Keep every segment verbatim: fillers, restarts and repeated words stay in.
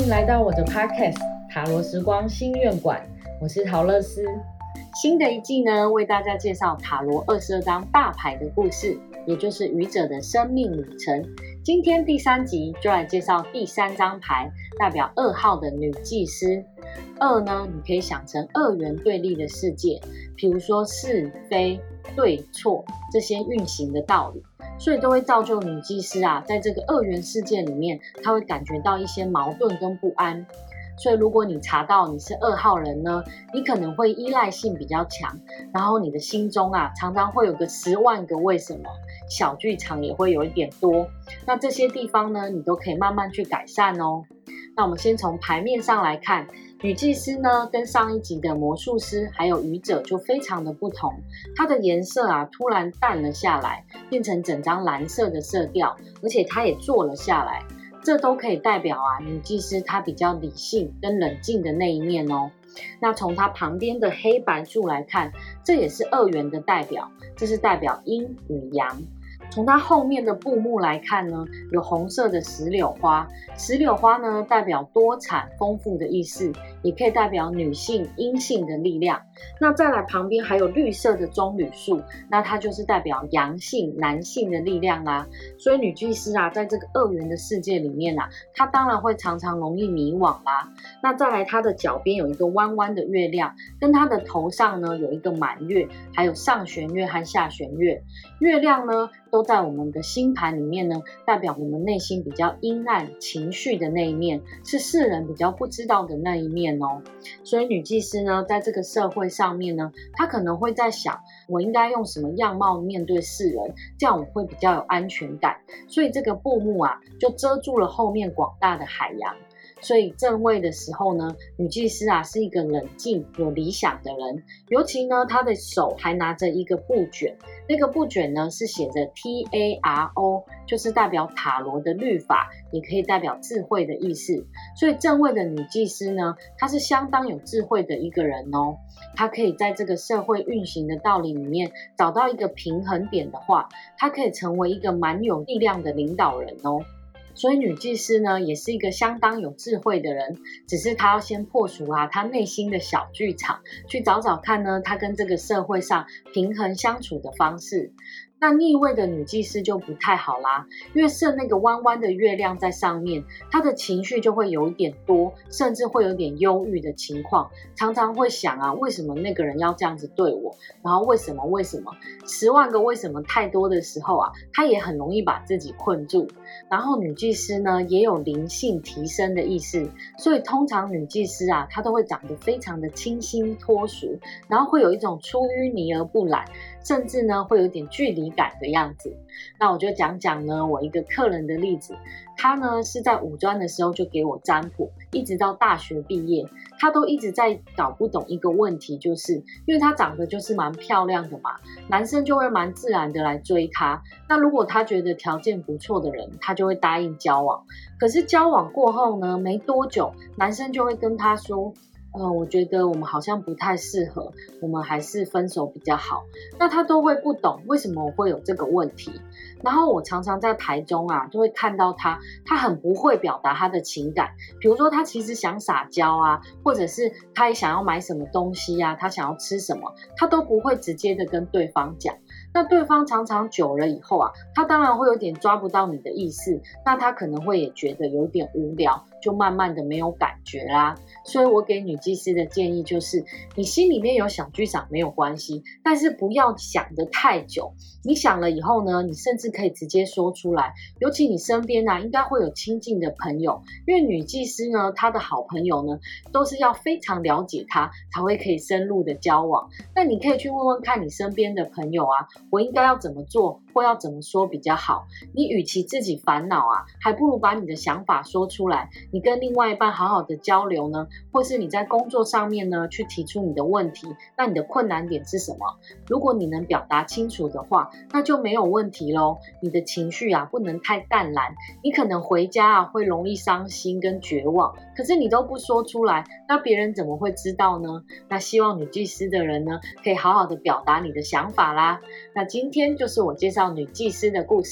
迎来到我的 Podcast 塔罗时光心愿馆，我是陶乐斯。新的一季呢，为大家介绍塔罗二十二张大牌的故事，也就是愚者的生命旅程。今天第三集就来介绍第三张牌，代表二号的女祭司。二呢，你可以想成二元对立的世界，比如说是非、对错这些运行的道理，所以都会造就女祭司啊，在这个二元世界里面，她会感觉到一些矛盾跟不安。所以如果你查到你是二号人呢，你可能会依赖性比较强，然后你的心中啊，常常会有个十万个为什么，小剧场也会有一点多。那这些地方呢，你都可以慢慢去改善哦。那我们先从牌面上来看，女祭司呢跟上一集的魔术师还有愚者就非常的不同，它的颜色啊突然淡了下来，变成整张蓝色的色调，而且它也坐了下来，这都可以代表啊女祭司她比较理性跟冷静的那一面哦。那从它旁边的黑白柱来看，这也是二元的代表，这是代表阴与阳。从它后面的布幕来看呢，有红色的石榴花，石榴花呢代表多产丰富的意思，也可以代表女性阴性的力量。那再来旁边还有绿色的棕榈树，那它就是代表阳性男性的力量啦。所以女祭司啊，在这个二元的世界里面啊，她当然会常常容易迷惘啦。那再来她的脚边有一个弯弯的月亮，跟她的头上呢有一个满月，还有上弦月和下弦月。月亮呢都在我们的星盘里面呢，代表我们内心比较阴暗情绪的那一面，是世人比较不知道的那一面哦。所以女祭司呢，在这个社会上面呢，她可能会在想，我应该用什么样貌面对世人，这样我会比较有安全感。所以这个布幕啊，就遮住了后面广大的海洋。所以正位的时候呢，女祭司啊是一个冷静有理想的人，尤其呢她的手还拿着一个布卷，那个布卷呢是写着 T A R O， 就是代表塔罗的律法，也可以代表智慧的意思。所以正位的女祭司呢，她是相当有智慧的一个人哦，她可以在这个社会运行的道理里面找到一个平衡点的话，她可以成为一个蛮有力量的领导人哦。所以女祭司呢，也是一个相当有智慧的人，只是她要先破除啊她内心的小剧场，去找找看呢，她跟这个社会上平衡相处的方式。那逆位的女祭司就不太好啦，因为设那个弯弯的月亮在上面，她的情绪就会有一点多，甚至会有点忧郁的情况，常常会想啊，为什么那个人要这样子对我，然后为什么为什么十万个为什么太多的时候啊，她也很容易把自己困住。然后女祭司呢也有灵性提升的意思，所以通常女祭司啊，她都会长得非常的清新脱俗，然后会有一种出淤泥而不染，甚至呢会有点距离感的样子。那我就讲讲呢我一个客人的例子，他呢是在五专的时候就给我占卜，一直到大学毕业，他都一直在搞不懂一个问题，就是因为他长得就是蛮漂亮的嘛，男生就会蛮自然的来追他。那如果他觉得条件不错的人，他就会答应交往。可是交往过后呢，没多久，男生就会跟他说，呃，我觉得我们好像不太适合，我们还是分手比较好。那他都会不懂为什么我会有这个问题。然后我常常在牌中啊，就会看到他，他很不会表达他的情感。比如说他其实想撒娇啊，或者是他也想要买什么东西啊，他想要吃什么，他都不会直接的跟对方讲。那对方常常久了以后啊，他当然会有点抓不到你的意思，那他可能会也觉得有点无聊，就慢慢的没有感觉啦。所以我给女祭司的建议就是，你心里面有小剧场没有关系，但是不要想得太久。你想了以后呢，你甚至可以直接说出来。尤其你身边啊，应该会有亲近的朋友，因为女祭司呢，她的好朋友呢，都是要非常了解她，才会可以深入的交往。那你可以去问问看你身边的朋友啊，我应该要怎么做，或要怎么说比较好。你与其自己烦恼啊，还不如把你的想法说出来，你跟另外一半好好的交流呢，或是你在工作上面呢，去提出你的问题，那你的困难点是什么？如果你能表达清楚的话，那就没有问题咯。你的情绪啊，不能太淡然，你可能回家啊，会容易伤心跟绝望，可是你都不说出来，那别人怎么会知道呢？那希望女祭司的人呢，可以好好的表达你的想法啦。那今天就是我介绍女祭司的故事。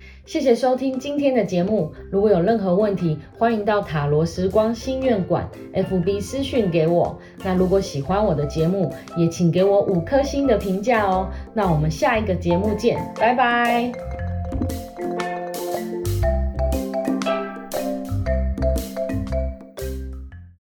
谢谢收听今天的节目，如果有任何问题，欢迎到塔罗时光心愿馆 F B 私讯给我。那如果喜欢我的节目，也请给我五颗星的评价哦。那我们下一个节目见，拜拜。